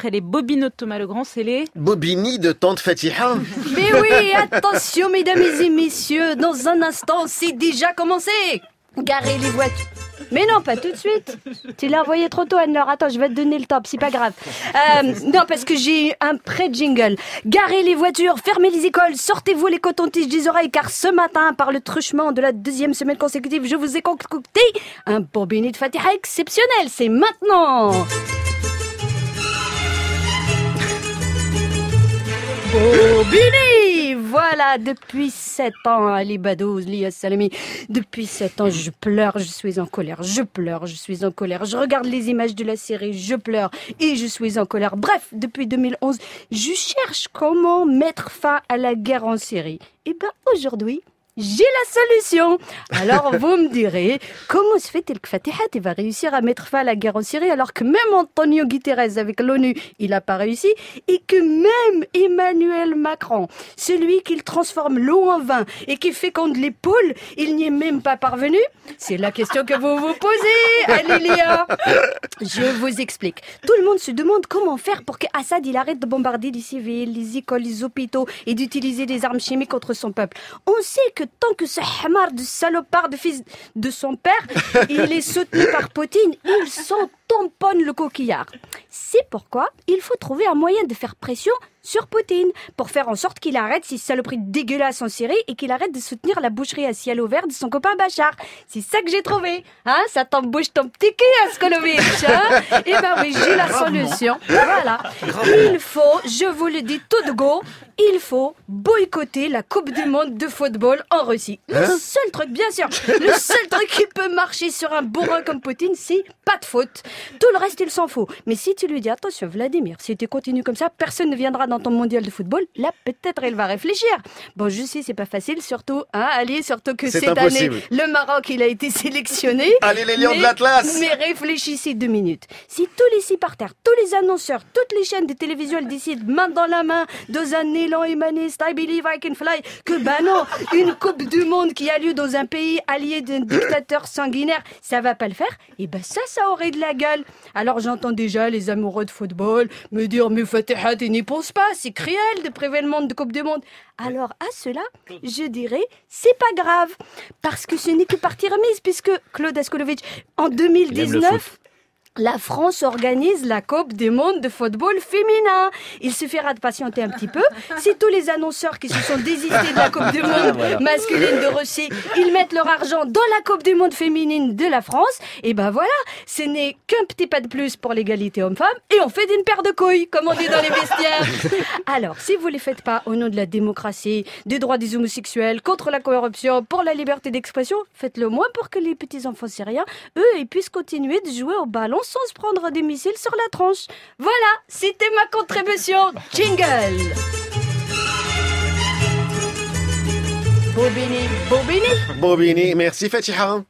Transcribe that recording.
après les Bobineaux de Thomas Legrand, c'est les... Bobini de Tante Fatiha. Mais oui, attention mesdames et messieurs, dans un instant, c'est déjà commencé. Garez les voitures. Mais non, pas tout de suite. Tu l'as envoyé trop tôt, Anne-Laure. Attends, je vais te donner le top, c'est pas grave. Non, parce que j'ai un pré-jingle. Garez les voitures, fermez les écoles, sortez-vous les cotons-tiges des oreilles, car ce matin, par le truchement de la 2e semaine consécutive, je vous ai concocté un Bobini de Fatiha exceptionnel. C'est maintenant. Bobini! Voilà, depuis 7 ans, Ali Badouz, Lia Salami, depuis 7 ans, je pleure, je suis en colère, je pleure, je suis en colère, je regarde les images de la série, je pleure et je suis en colère. Bref, depuis 2011, je cherche comment mettre fin à la guerre en Syrie. Et ben aujourd'hui, j'ai la solution. Alors vous me direz, comment se fait-il que Fatihat va réussir à mettre fin à la guerre en Syrie alors que même Antonio Guterres avec l'ONU, il n'a pas réussi, et que même Emmanuel Macron, celui qui transforme l'eau en vin et qui féconde les poules, il n'y est même pas parvenu? C'est la question que vous vous posez, Alilia. Je vous explique. Tout le monde se demande comment faire pour qu'Assad il arrête de bombarder les civils, les écoles, les hôpitaux et d'utiliser des armes chimiques contre son peuple. On sait que tant que ce hamar de salopard de fils de son père, il est soutenu par Poutine, il s'en tamponne le coquillard. C'est pourquoi il faut trouver un moyen de faire pression sur Poutine pour faire en sorte qu'il arrête ces saloperies dégueulasses en Syrie et qu'il arrête de soutenir la boucherie à ciel ouvert de son copain Bachar. C'est ça que j'ai trouvé. Hein, ça t'embouche ton petit cul, Askolovitch. Hein? Eh ben oui, j'ai la solution. Voilà. Il faut, je vous le dis tout de go, il faut boycotter la Coupe du Monde de football en Russie. Le seul truc, bien sûr, le seul truc qui peut marcher sur un bourrin comme Poutine, c'est pas de faute. Tout le reste, il s'en fout. Mais si tu lui dis, attention Vladimir, si tu continues comme ça, personne ne viendra dans ton mondial de football, là peut-être elle va réfléchir. Bon, je sais, c'est pas facile, surtout, hein, Ali, surtout que cette année, le Maroc, il a été sélectionné. Allez les lions de l'Atlas. Mais réfléchissez 2 minutes. Si tous les supporters, tous les annonceurs, toutes les chaînes de télévision, elles décident main dans la main, dans un élan humaniste, I believe I can fly, que bah non, une coupe du monde qui a lieu dans un pays allié d'un dictateur sanguinaire, ça va pas le faire, et ben ça aurait de la gueule. Alors j'entends déjà les amoureux de football me dire, mais Fatiha, tu n'y penses pas, c'est cruel de priver le monde de Coupe du Monde. Alors à cela, je dirais, c'est pas grave, parce que ce n'est que partie remise, puisque Claude Askolovitch, en 2019, la France organise la Coupe du Monde de football féminin. Il suffira de patienter un petit peu. Si tous les annonceurs qui se sont désistés de la Coupe du Monde masculine de Russie, ils mettent leur argent dans la Coupe du Monde féminine de la France, et ben voilà, ce n'est qu'un petit pas de plus pour l'égalité homme-femme, et on fait d'une paire de couilles, comme on dit dans les vestiaires. Alors, si vous ne les faites pas au nom de la démocratie, des droits des homosexuels, contre la corruption, pour la liberté d'expression, faites-le moins pour que les petits-enfants syriens, eux, ils puissent continuer de jouer au ballon sans se prendre des missiles sur la tronche. Voilà, c'était ma contribution. Jingle. Bobini. Bobini, merci Fatiha.